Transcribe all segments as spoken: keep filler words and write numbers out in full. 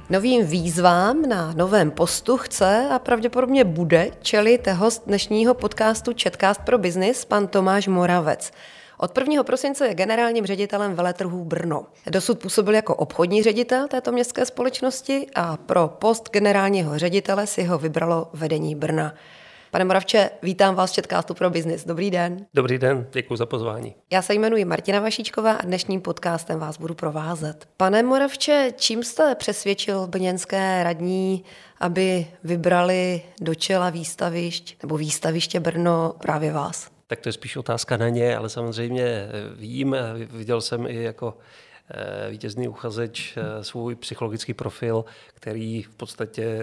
Novým výzvám na novém postu chce a pravděpodobně bude čelit host dnešního podcastu Chatcast pro Business, pan Tomáš Moravec. Od prvního prosince je generálním ředitelem veletrhů Brno. Dosud působil jako obchodní ředitel této městské společnosti a pro post generálního ředitele si ho vybralo vedení Brna. Pane Moravče, vítám vás v Chatcastu pro Business. Dobrý den. Dobrý den, děkuji za pozvání. Já se jmenuji Martina Vašíčková a dnešním podcastem vás budu provázet. Pane Moravče, čím jste přesvědčil brněnské radní, aby vybrali do čela výstavišť nebo výstaviště Brno právě vás? Tak to je spíš otázka na ně, ale samozřejmě vím, viděl jsem i jako vítězný uchazeč svůj psychologický profil, který v podstatě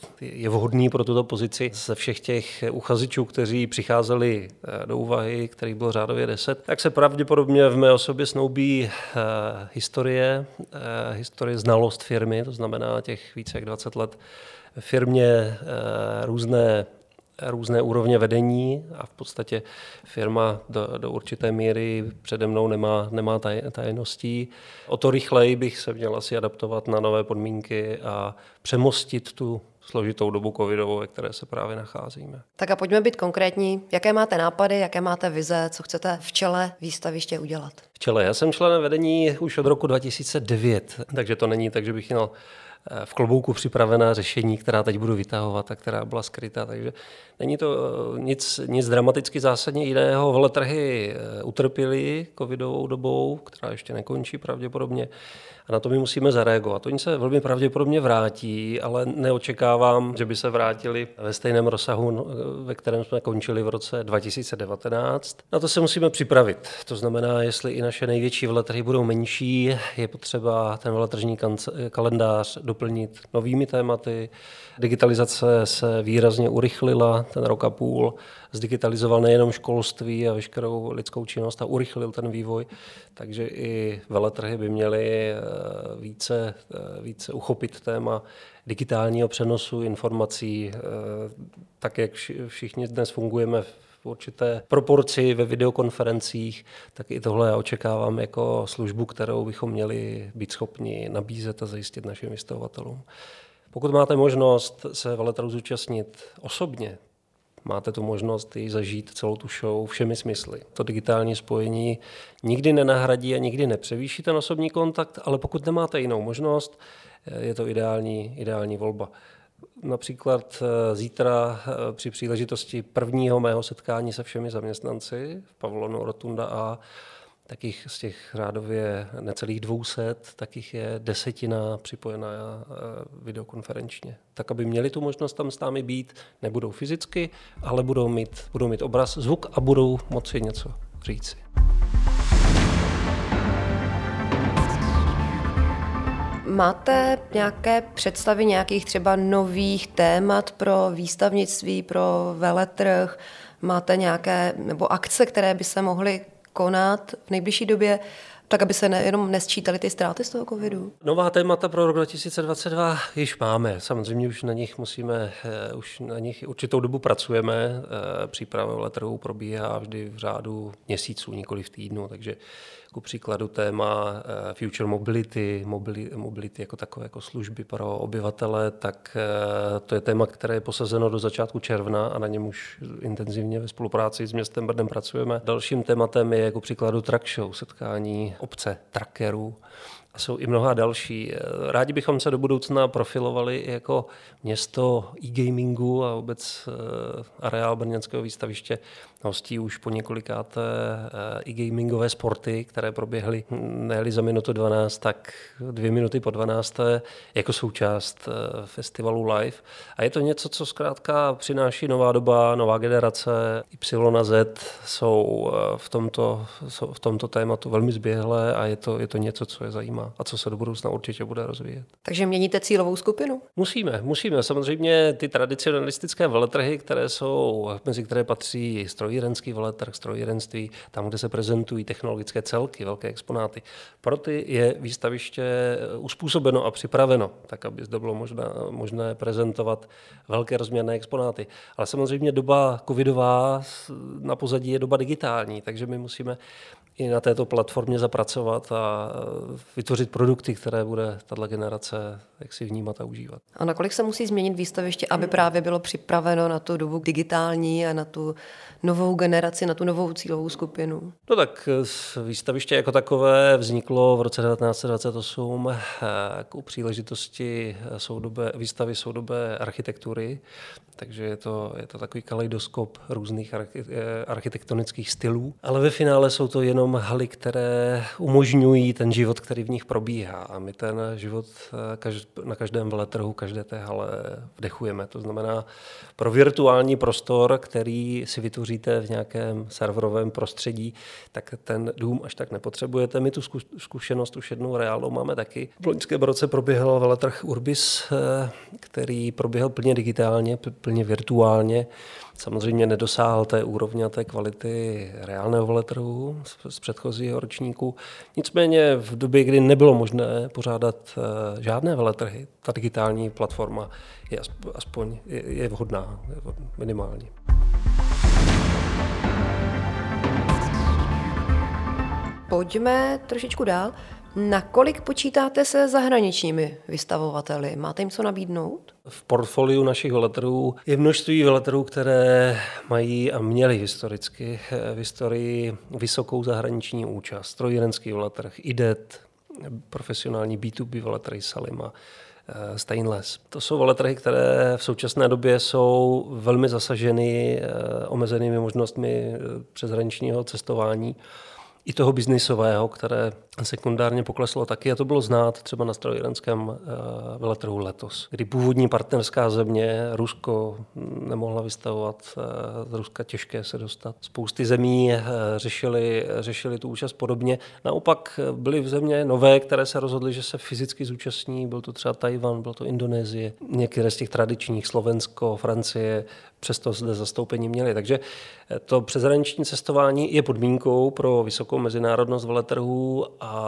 je vhodný pro tuto pozici. Ze všech těch uchazečů, kteří přicházeli do úvahy, kterých bylo řádově deset, tak se pravděpodobně v mé osobě snoubí historie, historie znalost firmy, to znamená těch více jak dvacet let v firmě, různé různé úrovně vedení a v podstatě firma do, do určité míry přede mnou nemá, nemá taj, tajností. O to rychleji bych se měl asi adaptovat na nové podmínky a přemostit tu složitou dobu covidovou, ve které se právě nacházíme. Tak a pojďme být konkrétní. Jaké máte nápady, jaké máte vize, co chcete v čele výstaviště udělat? V čele. Já jsem členem vedení už od roku dva tisíce devět, takže to není tak, že bych měl v klobouku připravená řešení, která teď budu vytahovat a která byla skrytá. Takže není to nic, nic dramaticky zásadně jiného. Veletrhy utrpěly covidovou dobou, která ještě nekončí pravděpodobně. A na to my musíme zareagovat. Oni se velmi pravděpodobně vrátí, ale neočekávám, že by se vrátili ve stejném rozsahu, ve kterém jsme končili v roce dva tisíce devatenáct. Na to se musíme připravit. To znamená, jestli i naše největší veletrhy budou menší, je potřeba ten veletržní kalendář doplnit novými tématy. Digitalizace se výrazně urychlila ten rok a půl. Zdigitalizoval nejenom školství a veškerou lidskou činnost a urychlil ten vývoj. Takže i veletrhy by měly více, více uchopit téma digitálního přenosu informací, tak jak všichni dnes fungujeme v určité proporci ve videokonferencích, tak i tohle já očekávám jako službu, kterou bychom měli být schopni nabízet a zajistit našim vystavovatelům. Pokud máte možnost se veletrhu zúčastnit osobně, máte tu možnost i zažít celou tu show všemi smysly. To digitální spojení nikdy nenahradí a nikdy nepřevýší ten osobní kontakt, ale pokud nemáte jinou možnost, je to ideální, ideální volba. Například zítra při příležitosti prvního mého setkání se všemi zaměstnanci v pavilonu Rotunda A, takých z těch řádově necelých dvou set, takých je desetina připojená videokonferenčně. Tak, aby měli tu možnost tam s námi být, nebudou fyzicky, ale budou mít, budou mít obraz, zvuk a budou moci něco říci. Máte nějaké představy nějakých třeba nových témat pro výstavnictví, pro veletrh? Máte nějaké nebo akce, které by se mohly konat v nejbližší době, tak aby se nejenom nesčítaly ty ztráty z toho covidu? Nová témata pro rok dva tisíce dvacet dva již máme. Samozřejmě už na nich musíme, už na nich určitou dobu pracujeme. Příprava veletrhů probíhá vždy v řádu měsíců, nikoli v týdnu, takže ku příkladu téma Future Mobility, mobility, mobility jako takové jako služby pro obyvatele, tak to je téma, které je posazeno do začátku června a na něm už intenzivně ve spolupráci s městem Brnem pracujeme. Dalším tématem je jako příkladu Truck Show, setkání obce truckerů. A jsou i mnoha další. Rádi bychom se do budoucna profilovali jako město e-gamingu a vůbec areál brněnského výstaviště hostí už po několikáté e-gamingové sporty, které proběhly ne za minutu dvanáct, tak dvě minuty po dvanácté jako součást festivalu live. A je to něco, co zkrátka přináší nová doba, nová generace. Y a Z jsou v tomto, jsou v tomto tématu velmi zběhlé a je to, je to něco, co je zajímá a co se do budoucna určitě bude rozvíjet. Takže měníte cílovou skupinu? Musíme, musíme. Samozřejmě ty tradicionalistické veletrhy, které jsou, mezi které patří strojírenský veletrh, strojírenství, tam, kde se prezentují technologické celky, velké exponáty. Pro ty je výstaviště uspůsobeno a připraveno, tak aby zde bylo možná, možné prezentovat velké rozměrné exponáty. Ale samozřejmě doba covidová na pozadí je doba digitální, takže my musíme i na této platformě zapracovat a vytvořit produkty, které bude tato generace jaksi vnímat a užívat. A nakolik se musí změnit výstaviště, aby právě bylo připraveno na tu dobu digitální a na tu novou generaci, na tu novou cílovou skupinu? No tak výstaviště jako takové vzniklo v roce devatenáct set dvacet osm k příležitosti soudobé, výstavy soudobé architektury, takže je to, je to takový kaleidoskop různých architektonických stylů, ale ve finále jsou to jenom haly, které umožňují ten život, který v nich probíhá, a my ten život na každém veletrhu, každé té hale vdechujeme. To znamená, pro virtuální prostor, který si vytvoříte v nějakém serverovém prostředí, tak ten dům až tak nepotřebujete. My tu zkušenost už jednou reálnou máme taky. V loňském roce proběhl veletrh Urbis, který proběhl plně digitálně, plně virtuálně. Samozřejmě nedosáhl té úrovně a té kvality reálného veletrhu z předchozího ročníku. Nicméně v době, kdy nebylo možné pořádat žádné veletrhy, ta digitální platforma je aspoň je, je vhodná, je minimálně. Pojďme trošičku dál. Nakolik počítáte se zahraničními vystavovateli? Máte jim co nabídnout? V portfoliu našich veletrhů je množství veletrhů, které mají a měly historicky v historii vysokou zahraniční účast. Strojírenský veletrh, I D E T, profesionální B dva B veletrhy Salima, Stainless. To jsou veletrhy, které v současné době jsou velmi zasaženy omezenými možnostmi přeshraničního cestování, i toho biznisového, které sekundárně pokleslo taky, a to bylo znát třeba na strojírenském veletrhu letos, kdy původní partnerská země, Rusko, nemohla vystavovat, z Ruska těžké se dostat. Spousty zemí řešili, řešili tu účast podobně. Naopak byly v země nové, které se rozhodly, že se fyzicky zúčastní, byl to třeba Tajvan, byl to Indonésie, některé z těch tradičních, Slovensko, Francie, přesto zde zastoupení měli. Takže to přeshraniční cestování je podmínkou pro vysokou mezinárodnost veletrhů,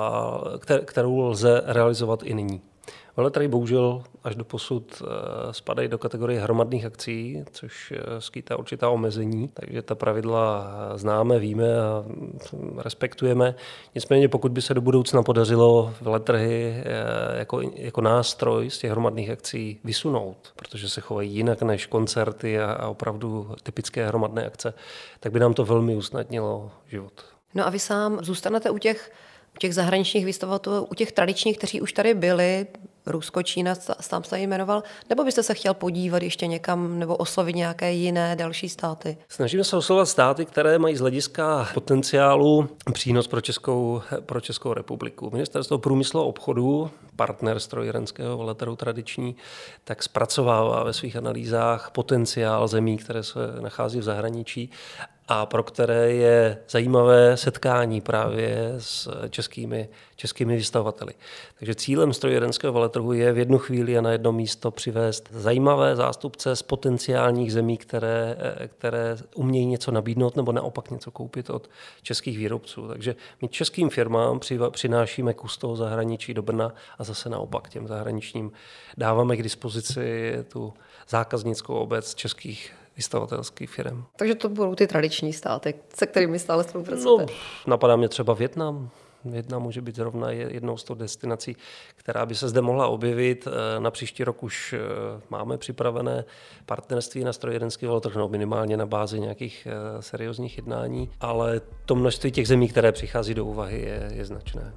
a kterou lze realizovat i nyní. Veletrhy bohužel až do posud spadají do kategorie hromadných akcí, což skýtá určitá omezení, takže ta pravidla známe, víme a respektujeme. Nicméně pokud by se do budoucna podařilo veletrhy jako, jako nástroj z těch hromadných akcí vysunout, protože se chovají jinak než koncerty a, a opravdu typické hromadné akce, tak by nám to velmi usnadnilo život. No a vy sám zůstanete u těch U těch zahraničních vystavatelů, u těch tradičních, kteří už tady byli, Rusko, Čína, sám jste jmenoval, nebo byste se chtěl podívat ještě někam nebo oslovit nějaké jiné další státy? Snažíme se oslovovat státy, které mají z hlediska potenciálu přínos pro Českou, pro Českou republiku. Ministerstvo průmyslu a obchodu, partner strojírenského veletrhu tradiční, tak zpracovává ve svých analýzách potenciál zemí, které se nachází v zahraničí a pro které je zajímavé setkání právě s českými, českými vystavovateli. Takže cílem strojírenského veletrhu je v jednu chvíli a na jedno místo přivést zajímavé zástupce z potenciálních zemí, které, které umějí něco nabídnout nebo naopak něco koupit od českých výrobců. Takže my českým firmám přinášíme kus toho zahraničí do Brna a zase naopak těm zahraničním dáváme k dispozici tu zákaznickou obec českých vystavatelských firm. Takže to budou ty tradiční státy, se kterými stále spolupracujete? No, napadá mě třeba Vietnam. Vietnam může být zrovna jednou z těch destinací, která by se zde mohla objevit. Na příští rok už máme připravené partnerství na strojírenský veletrh, no minimálně na bázi nějakých seriózních jednání, ale to množství těch zemí, které přichází do úvahy, je, je značné.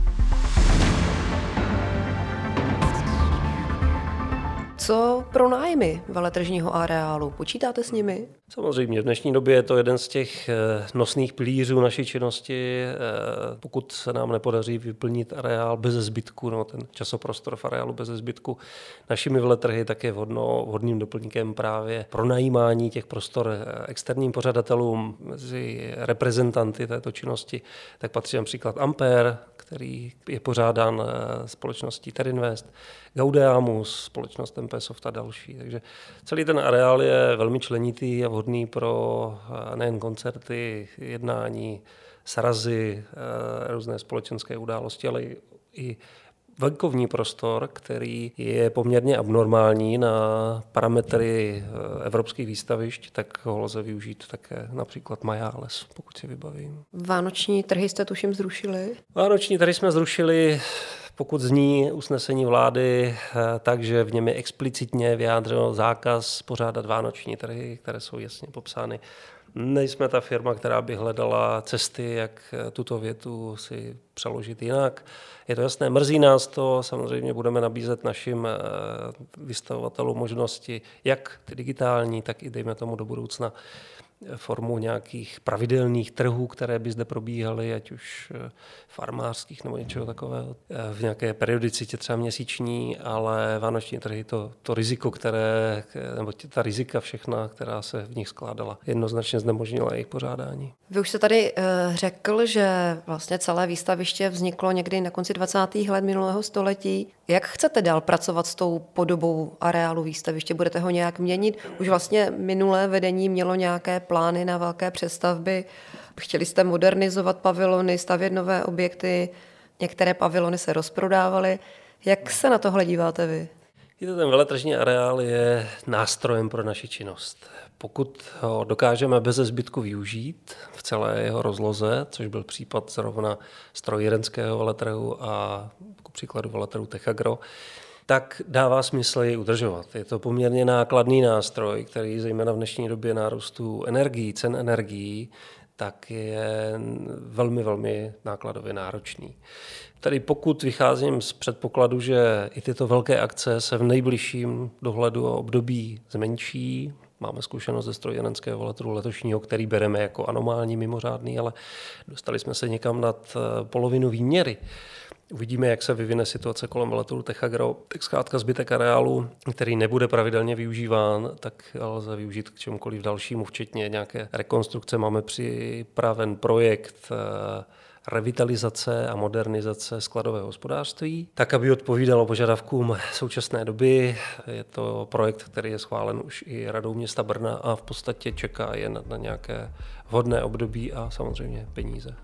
Co pro nájmy veletržního areálu? Počítáte s nimi? Samozřejmě, v dnešní době je to jeden z těch nosných pilířů naší činnosti. Pokud se nám nepodaří vyplnit areál bez zbytku, no ten časoprostor v areálu bez zbytku našimi veletrhy, tak je vhodno, vhodným doplňkem právě pronajímání těch prostor externím pořadatelům mezi reprezentanty této činnosti. Tak patří například Ampere, který je pořádán společností Terinvest, Gaudeamus, společnost Tempesoft a další. Takže celý ten areál je velmi členitý a vhodný pro nejen koncerty, jednání, srazy, různé společenské události, ale i venkovní prostor, který je poměrně abnormální na parametry evropských výstavišť, tak ho lze využít také například Majáles, pokud si vybavím. Vánoční trhy jste tuším zrušili? Vánoční trhy jsme zrušili, pokud zní usnesení vlády, takže v něm je explicitně vyjádřeno zákaz pořádat vánoční trhy, které jsou jasně popsány. Nejsme ta firma, která by hledala cesty, jak tuto větu si přeložit jinak. Je to jasné, mrzí nás to, samozřejmě budeme nabízet našim vystavovatelům možnosti, jak ty digitální, tak i dejme tomu do budoucna formou nějakých pravidelných trhů, které by zde probíhaly, ať už farmářských nebo něčeho takového, v nějaké periodicitě třeba měsíční, ale vánoční trhy, to, to riziko, které, nebo ta rizika všechna, která se v nich skládala, jednoznačně znemožnila jejich pořádání. Vy už jste tady uh, řekl, že vlastně celé výstaviště vzniklo někdy na konci dvacátých let minulého století. Jak chcete dál pracovat s tou podobou areálu výstaviště? Budete ho nějak měnit? Už vlastně minulé vedení mělo nějaké plány na velké přestavby. Chtěli jste modernizovat pavilony, stavět nové objekty, některé pavilony se rozprodávaly. Jak se na tohle díváte vy? Ten veletržní areál je nástrojem pro naši činnost. Pokud ho dokážeme bez zbytku využít v celé jeho rozloze, což byl případ zrovna strojírenského veletrhu a ku příkladu veletrhu Techagro, tak dává smysl ji udržovat. Je to poměrně nákladný nástroj, který zejména v dnešní době nárůstu energií, cen energií, tak je velmi, velmi nákladově náročný. Tady pokud vycházím z předpokladu, že i tyto velké akce se v nejbližším dohledu a období zmenší, máme zkušenost ze strojírenského veletrhu letošního, který bereme jako anomální, mimořádný, ale dostali jsme se někam nad polovinu výměry. Uvidíme, jak se vyvine situace kolem veletrhu Techagro. Tak zkrátka zbytek areálu, který nebude pravidelně využíván, tak lze využít k čemukoliv dalšímu, včetně nějaké rekonstrukce. Máme připraven projekt revitalizace a modernizace skladového hospodářství, tak aby odpovídalo požadavkům současné doby. Je to projekt, který je schválen už i Radou města Brna a v podstatě čeká jen na nějaké vhodné období a samozřejmě peníze.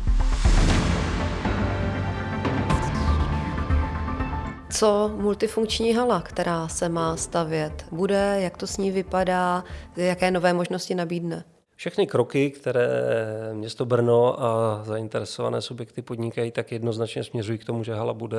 Co multifunkční hala, která se má stavět? Bude, jak to s ní vypadá, jaké nové možnosti nabídne? Všechny kroky, které město Brno a zainteresované subjekty podnikají, tak jednoznačně směřují k tomu, že hala bude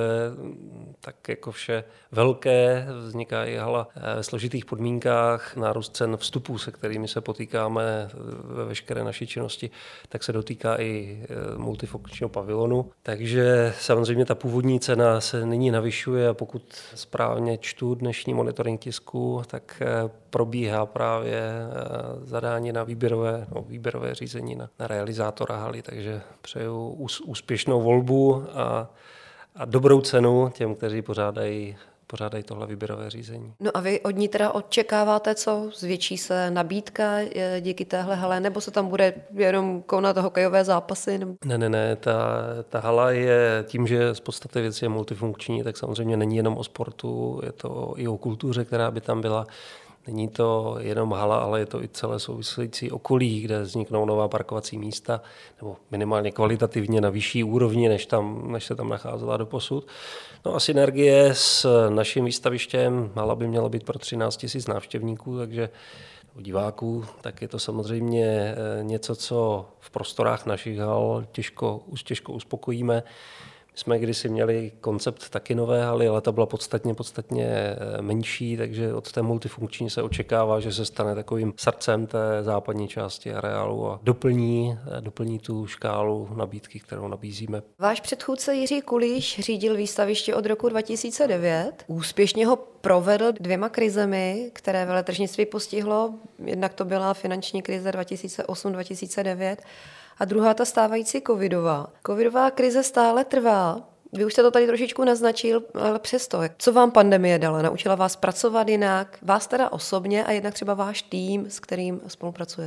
tak jako vše velké. Vzniká i hala ve složitých podmínkách. Nárůst cen vstupů, se kterými se potýkáme ve veškeré naší činnosti, tak se dotýká i multifunkčního pavilonu. Takže samozřejmě ta původní cena se nyní navyšuje a pokud správně čtu dnešní monitoring tisku, tak probíhá právě zadání na výběrové, no, výběrové řízení na, na realizátora haly, takže přeju ús, úspěšnou volbu a, a dobrou cenu těm, kteří pořádají, pořádají tohle výběrové řízení. No a vy od ní teda očekáváte co? Zvětší se nabídka díky téhle hale, nebo se tam bude jenom konat hokejové zápasy? Nebo... Ne, ne, ne, ta, ta hala je tím, že z podstaty věci je multifunkční, tak samozřejmě není jenom o sportu, je to i o kultuře, která by tam byla. Není to jenom hala, ale je to i celé související okolí, kde vzniknou nová parkovací místa, nebo minimálně kvalitativně na vyšší úrovni, než, tam, než se tam nacházela doposud. No a synergie s naším výstavištěm, hala by měla být pro třináct tisíc návštěvníků, takže diváků, tak je to samozřejmě něco, co v prostorách našich hal těžko, těžko uspokojíme. My jsme kdysi měli koncept taky nové haly, ale ta byla podstatně, podstatně menší, takže od té multifunkční se očekává, že se stane takovým srdcem té západní části areálu a doplní, doplní tu škálu nabídky, kterou nabízíme. Váš předchůdce Jiří Kulíš řídil výstaviště od roku dva tisíce devět. Úspěšně ho provedl dvěma krizemi, které veletržnictví postihlo. Jednak to byla finanční krize dva tisíce osm dva tisíce devět. A druhá ta stávající covidová. Covidová krize stále trvá. Vy už jste to tady trošičku naznačil, ale přesto. Co vám pandemie dala? Naučila vás pracovat jinak? Vás teda osobně a jednak třeba váš tým, s kterým spolupracujete?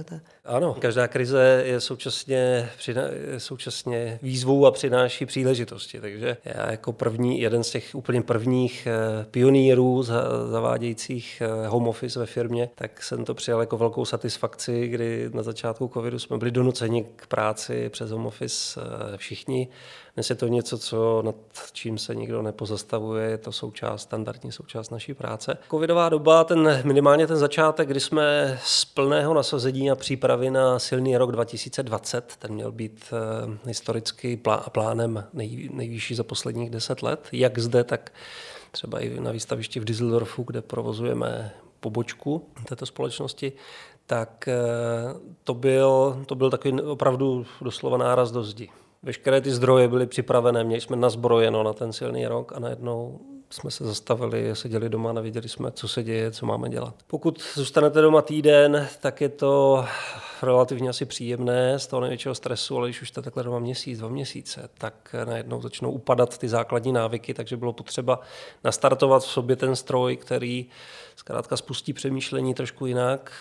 Ano, každá krize je současně, je současně výzvou a přináší příležitosti. Takže já jako první, jeden z těch úplně prvních pionýrů zavádějících home office ve firmě, tak jsem to přijal jako velkou satisfakci, kdy na začátku covidu jsme byli donuceni k práci přes home office všichni. Dnes je to něco, co nad čím se nikdo nepozastavuje, je to součást, standardní součást naší práce. Covidová doba, ten, minimálně ten začátek, kdy jsme z plného nasazení a přípravy na silný rok dva tisíce dvacet, ten měl být eh, historicky plá, plánem nej, nejvyšší za posledních deset let, jak zde, tak třeba i na výstavišti v Düsseldorfu, kde provozujeme pobočku této společnosti, tak eh, to byl, to byl takový opravdu doslova náraz do zdi. Veškeré ty zdroje byly připravené, měli jsme nazbrojeno na ten silný rok a najednou jsme se zastavili, seděli doma, nevěděli jsme, co se děje, co máme dělat. Pokud zůstanete doma týden, tak je to relativně asi příjemné z toho největšího stresu, ale když už jste takhle doma měsíc, dva měsíce, tak najednou začnou upadat ty základní návyky, takže bylo potřeba nastartovat v sobě ten stroj, který zkrátka spustí přemýšlení trošku jinak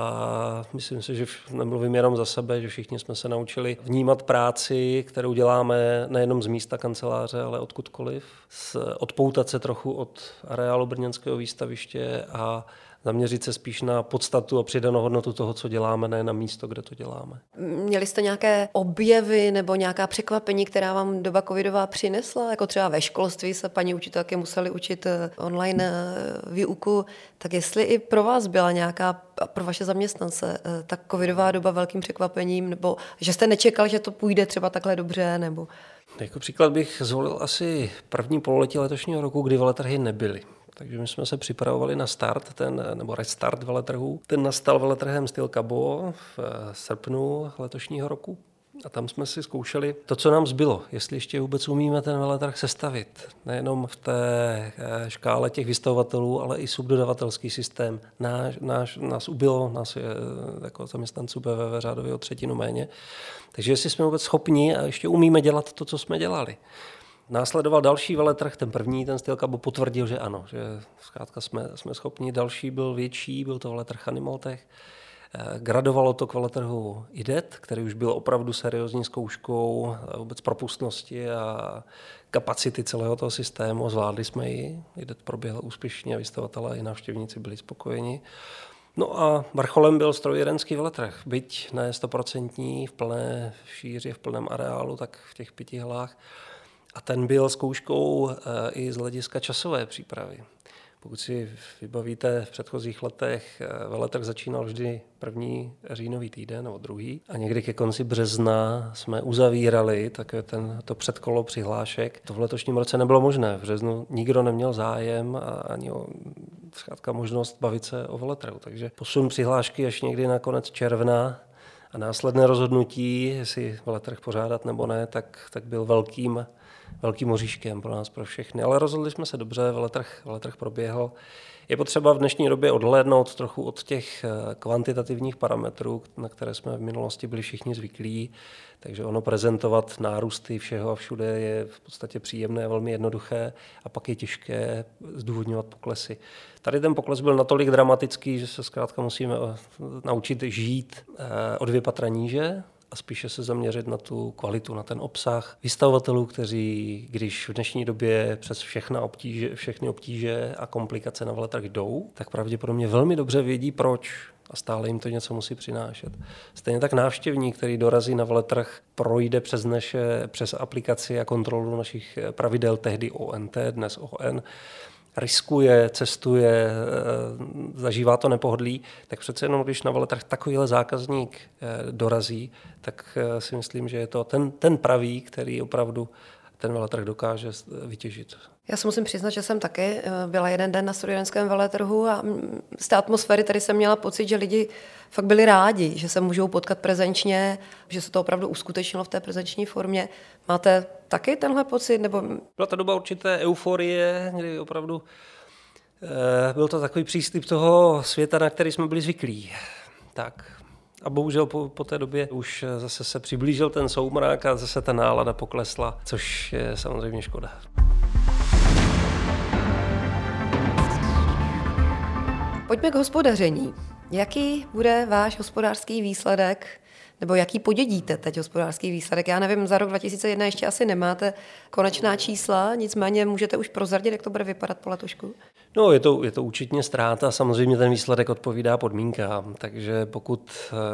a myslím si, že nemluvím jenom za sebe, že všichni jsme se naučili vnímat práci, kterou děláme nejenom z místa kanceláře, ale odkudkoliv, odpoutat se trochu od areálu brněnského výstaviště a zaměřit se spíš na podstatu a přidanou hodnotu toho, co děláme, ne na místo, kde to děláme. Měli jste nějaké objevy nebo nějaká překvapení, která vám doba covidová přinesla? Jako třeba ve školství se paní učitelky museli učit online výuku. Tak jestli i pro vás byla nějaká, pro vaše zaměstnance, ta covidová doba velkým překvapením, nebo že jste nečekal, že to půjde třeba takhle dobře, nebo... Jako příklad bych zvolil asi první pololetí letošního roku, kdy veletrhy nebyly. Takže my jsme se připravovali na start, ten, nebo restart veletrhů. Ten nastal veletrhem Steel Cabo v srpnu letošního roku. A tam jsme si zkoušeli to, co nám zbylo, jestli ještě vůbec umíme ten veletrh sestavit. Nejenom v té škále těch vystavovatelů, ale i subdodavatelský systém. Náš, náš, nás ubylo, nás je jako zaměstnanců B V V řádově o třetinu méně. Takže jestli jsme vůbec schopni a ještě umíme dělat to, co jsme dělali. Následoval další veletrh, ten první, ten Steel Cabo potvrdil, že ano, že zkrátka jsme, jsme schopni. Další byl větší, byl to veletrh Animaltech. Gradovalo to k veletrhu I D E T, který už byl opravdu seriózní zkouškou vůbec propustnosti a kapacity celého toho systému. Zvládli jsme ji, I D E T proběhl úspěšně, vystavatelé i návštěvníci byli spokojeni. No a vrcholem byl strojírenský veletrh, byť ne stoprocentní, v plné šíři, v plném areálu, tak v těch pěti halách. A ten byl zkouškou i z hlediska časové přípravy. Pokud si vybavíte v předchozích letech, veletrh začínal vždy první říjnový týden nebo druhý a někdy ke konci března jsme uzavírali takové ten, to předkolo přihlášek. To v letošním roce nebylo možné. V březnu nikdo neměl zájem a ani o zkrátka možnost bavit se o veletrhu. Takže posun přihlášky až někdy na konec června a následné rozhodnutí, jestli veletrh pořádat nebo ne, tak, tak byl velkým velkým oříškem pro nás, pro všechny. Ale rozhodli jsme se dobře, veletrh, veletrh proběhl. Je potřeba v dnešní době odhlédnout trochu od těch kvantitativních parametrů, na které jsme v minulosti byli všichni zvyklí. Takže ono prezentovat nárůsty všeho a všude je v podstatě příjemné, velmi jednoduché a pak je těžké zdůvodňovat poklesy. Tady ten pokles byl natolik dramatický, že se zkrátka musíme naučit žít o dvě patra níže, a spíše se zaměřit na tu kvalitu, na ten obsah vystavovatelů, kteří, když v dnešní době přes všechna obtíže, všechny obtíže a komplikace na veletrh jdou, tak pravděpodobně velmi dobře vědí, proč a stále jim to něco musí přinášet. Stejně tak návštěvník, který dorazí na veletrh, projde přes naše, přes aplikaci a kontrolu našich pravidel, tehdy O N T, dnes O N, riskuje, cestuje, zažívá to nepohodlí, tak přece jenom, když na veletrh takovýhle zákazník dorazí, tak si myslím, že je to ten, ten pravý, který opravdu ten veletrh dokáže vytěžit. Já se musím přiznat, že jsem taky byla jeden den na strojírenském veletrhu a z té atmosféry tady jsem měla pocit, že lidi fakt byli rádi, že se můžou potkat prezenčně, že se to opravdu uskutečnilo v té prezenční formě. Máte taky tenhle pocit? Nebo... Byla ta doba určité euforie, kdy opravdu eh, byl to takový přístup toho světa, na který jsme byli zvyklí. Tak. A bohužel po, po té době už zase se přiblížil ten soumrak a zase ta nálada poklesla, což je samozřejmě škoda. Pojďme k hospodaření. Jaký bude váš hospodářský výsledek, nebo jaký podědíte teď hospodářský výsledek? Já nevím, za rok dva tisíce jedna ještě asi nemáte konečná čísla, nicméně můžete už prozradit, jak to bude vypadat po letošku? No, je to, je to účetně ztráta, samozřejmě ten výsledek odpovídá podmínkám, takže pokud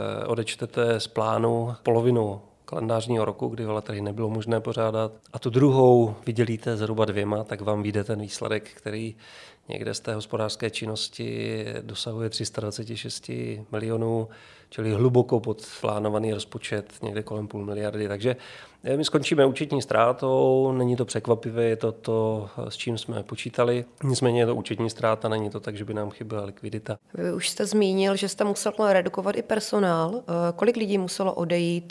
odečtete z plánu polovinu kalendářního roku, kdy veletrhy nebylo možné pořádat, a tu druhou vydělíte zhruba dvěma, tak vám vyjde ten výsledek, který někde z té hospodářské činnosti dosahuje tři sta dvacet šest milionů, čili hluboko pod plánovaný rozpočet, někde kolem půl miliardy. Takže my skončíme účetní ztrátou, není to překvapivé, je to to, s čím jsme počítali. Nicméně je to účetní ztráta, není to tak, že by nám chyběla likvidita. Vy už jste zmínil, že jste musel redukovat i personál. Kolik lidí muselo odejít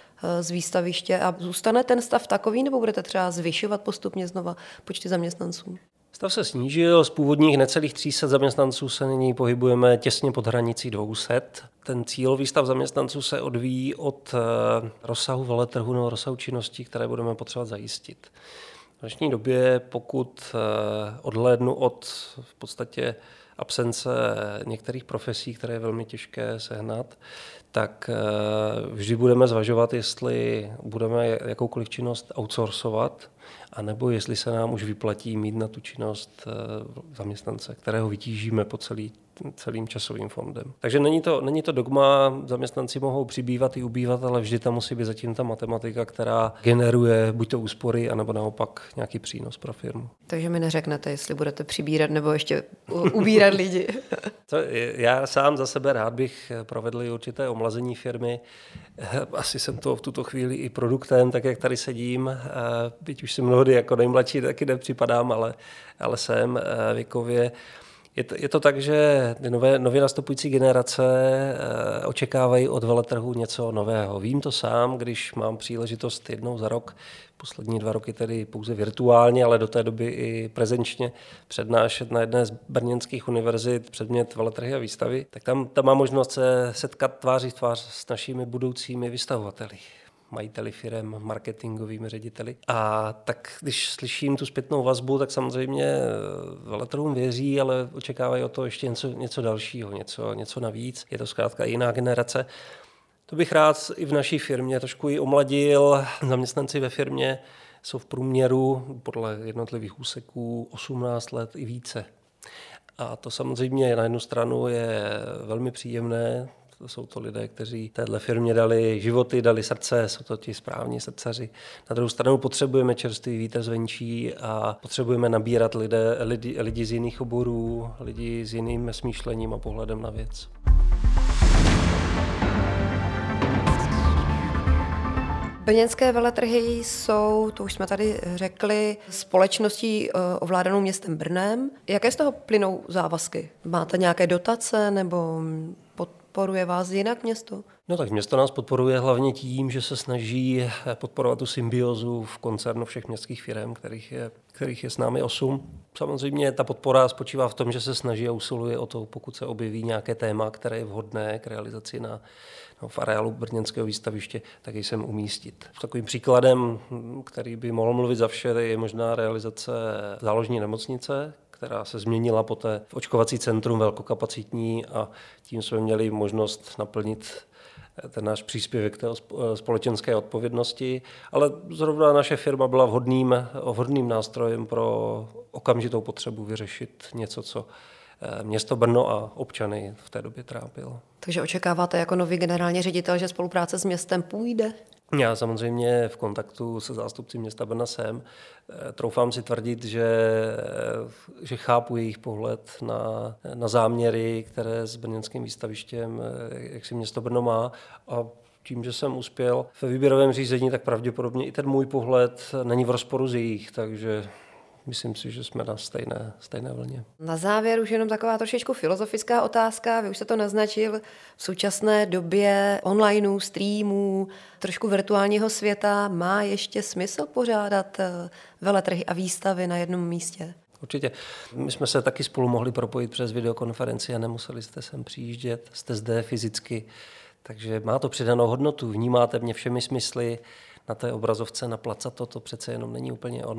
z výstaviště a zůstane ten stav takový, nebo budete třeba zvyšovat postupně znova počty zaměstnanců? Stav se snížil, z původních necelých tři sta zaměstnanců se nyní pohybujeme těsně pod hranicí dvě stě. Ten cílový stav zaměstnanců se odvíjí od rozsahu veletrhu nebo rozsahu činností, které budeme potřebovat zajistit. V dnešní době, pokud odhlédnu od v podstatě absence některých profesí, které je velmi těžké sehnat, tak vždy budeme zvažovat, jestli budeme jakoukoliv činnost outsourcovat, anebo jestli se nám už vyplatí mít na tu činnost zaměstnance, kterého vytížíme po celý, celým časovým fondem. Takže není to, není to dogma, zaměstnanci mohou přibývat i ubývat, ale vždy tam musí být zatím ta matematika, která generuje buď to úspory, anebo naopak nějaký přínos pro firmu. Takže mi neřeknete, jestli budete přibírat nebo ještě ubírat lidi. To, já sám za sebe rád bych provedl určité omlazení firmy. Asi jsem to v tuto chvíli i produktem, tak jak tady sedím. Byť už si mnohdy jako nejmladší taky nepřipadám, ale, ale jsem věkově. Je to, je to tak, že nové, nově nastupující generace očekávají od veletrhu něco nového. Vím to sám, když mám příležitost jednou za rok, poslední dva roky tedy pouze virtuálně, ale do té doby i prezenčně přednášet na jedné z brněnských univerzit předmět veletrhy a výstavy, tak tam, tam mám možnost se setkat tváří v tvář s našimi budoucími vystavovateli, majiteli firem, marketingovými řediteli. A tak když slyším tu zpětnou vazbu, tak samozřejmě veletrhům věří, ale očekávají o to ještě něco, něco dalšího, něco, něco navíc. Je to zkrátka jiná generace. To bych rád i v naší firmě trošku i omladil. Zaměstnanci ve firmě jsou v průměru podle jednotlivých úseků osmnáct let i více. A to samozřejmě na jednu stranu je velmi příjemné. Jsou to lidé, kteří téhle firmě dali životy, dali srdce, jsou to ti správní srdcaři. Na druhou stranu potřebujeme čerstvý vítr zvenčí a potřebujeme nabírat lidé, lidi, lidi z jiných oborů, lidi s jiným smýšlením a pohledem na věc. Brněnské veletrhy jsou, to už jsme tady řekli, společností ovládanou městem Brnem. Jaké z toho plynou závazky? Máte nějaké dotace nebo podporuje vás jinak město? No tak město nás podporuje hlavně tím, že se snaží podporovat tu symbiozu v koncernu všech městských firm, kterých je, kterých je s námi osm. Samozřejmě ta podpora spočívá v tom, že se snaží a usiluje o to, pokud se objeví nějaké téma, které je vhodné k realizaci na no, v areálu brněnského výstaviště, tak ji sem umístit. Takovým příkladem, který by mohl mluvit za vše, je možná realizace záložní nemocnice, která se změnila poté v očkovací centrum velkokapacitní a tím jsme měli možnost naplnit ten náš příspěvek té společenské odpovědnosti, ale zrovna naše firma byla vhodným, vhodným nástrojem pro okamžitou potřebu vyřešit něco, co město Brno a občany v té době trápilo. Takže očekáváte jako nový generální ředitel, že spolupráce s městem půjde? Já samozřejmě v kontaktu se zástupci města Brna jsem. Troufám si tvrdit, že, že chápu jejich pohled na, na záměry, které s brněnským výstavištěm, jak si město Brno má. A tím, že jsem uspěl ve výběrovém řízení, tak pravděpodobně i ten můj pohled není v rozporu s jejich, takže myslím si, že jsme na stejné, stejné vlně. Na závěr už jenom taková trošičku filozofická otázka. Vy už jste to naznačil. V současné době onlineu, streamů, trošku virtuálního světa má ještě smysl pořádat veletrhy a výstavy na jednom místě? Určitě. My jsme se taky spolu mohli propojit přes videokonferenci a nemuseli jste sem přijíždět. Jste zde fyzicky. Takže má to přidanou hodnotu. Vnímáte mě všemi smysly. Na té obrazovce na placato to přece jenom není úplně ono.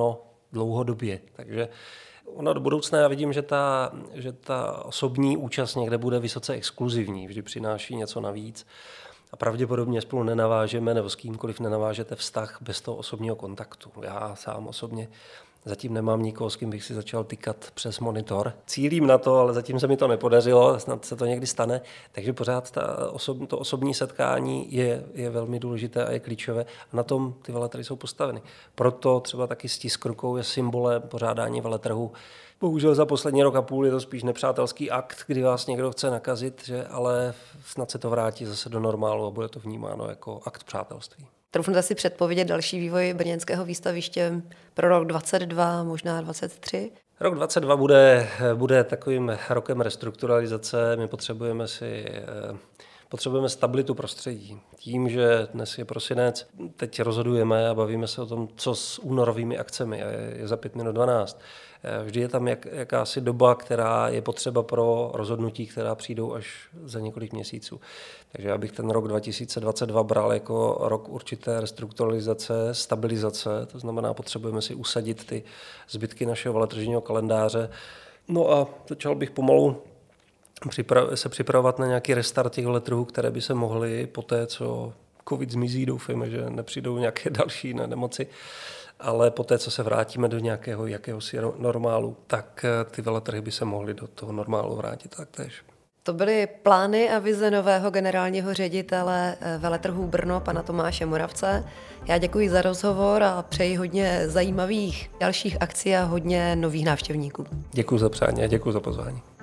dlouhodobě. Takže ono do budoucna já vidím, že ta, že ta osobní účast někde bude vysoce exkluzivní, vždy přináší něco navíc a pravděpodobně spolu nenavážeme nebo s kýmkoliv nenavážete vztah bez toho osobního kontaktu. Já sám osobně zatím nemám nikoho, s kým bych si začal tykat přes monitor. Cílím na to, ale zatím se mi to nepodařilo, snad se to někdy stane, takže pořád ta osob, to osobní setkání je, je velmi důležité a je klíčové a na tom ty veletrhy jsou postaveny. Proto třeba taky stisk rukou je symbolem pořádání veletrhu. Bohužel za poslední rok a půl je to spíš nepřátelský akt, kdy vás někdo chce nakazit, že, ale snad se to vrátí zase do normálu a bude to vnímáno jako akt přátelství. Troufnete si předpovědět další vývoj brněnského výstaviště pro rok dvacet dva, možná dvacet tři? Rok dvacet dva bude, bude takovým rokem restrukturalizace. My potřebujeme si potřebujeme stabilitu prostředí. Tím, že dnes je prosinec, teď rozhodujeme a bavíme se o tom, co s únorovými akcemi. Je za pět minut dvanáct. Vždy je tam jak, jakási doba, která je potřeba pro rozhodnutí, která přijdou až za několik měsíců. Takže já bych ten rok dva tisíce dvacet dva bral jako rok určité restrukturalizace, stabilizace, to znamená, potřebujeme si usadit ty zbytky našeho veletržního kalendáře. No a začal bych pomalu se připravovat na nějaký restart těch veletrhů, které by se mohly po té, co covid zmizí, doufejme, že nepřijdou nějaké další nemoci, ale poté, co se vrátíme do nějakého jakéhosi normálu, tak ty veletrhy by se mohly do toho normálu vrátit taktéž. To byly plány a vize nového generálního ředitele veletrhů Brno, pana Tomáše Moravce. Já děkuji za rozhovor a přeji hodně zajímavých dalších akcí a hodně nových návštěvníků. Děkuji za přání a děkuji za pozvání.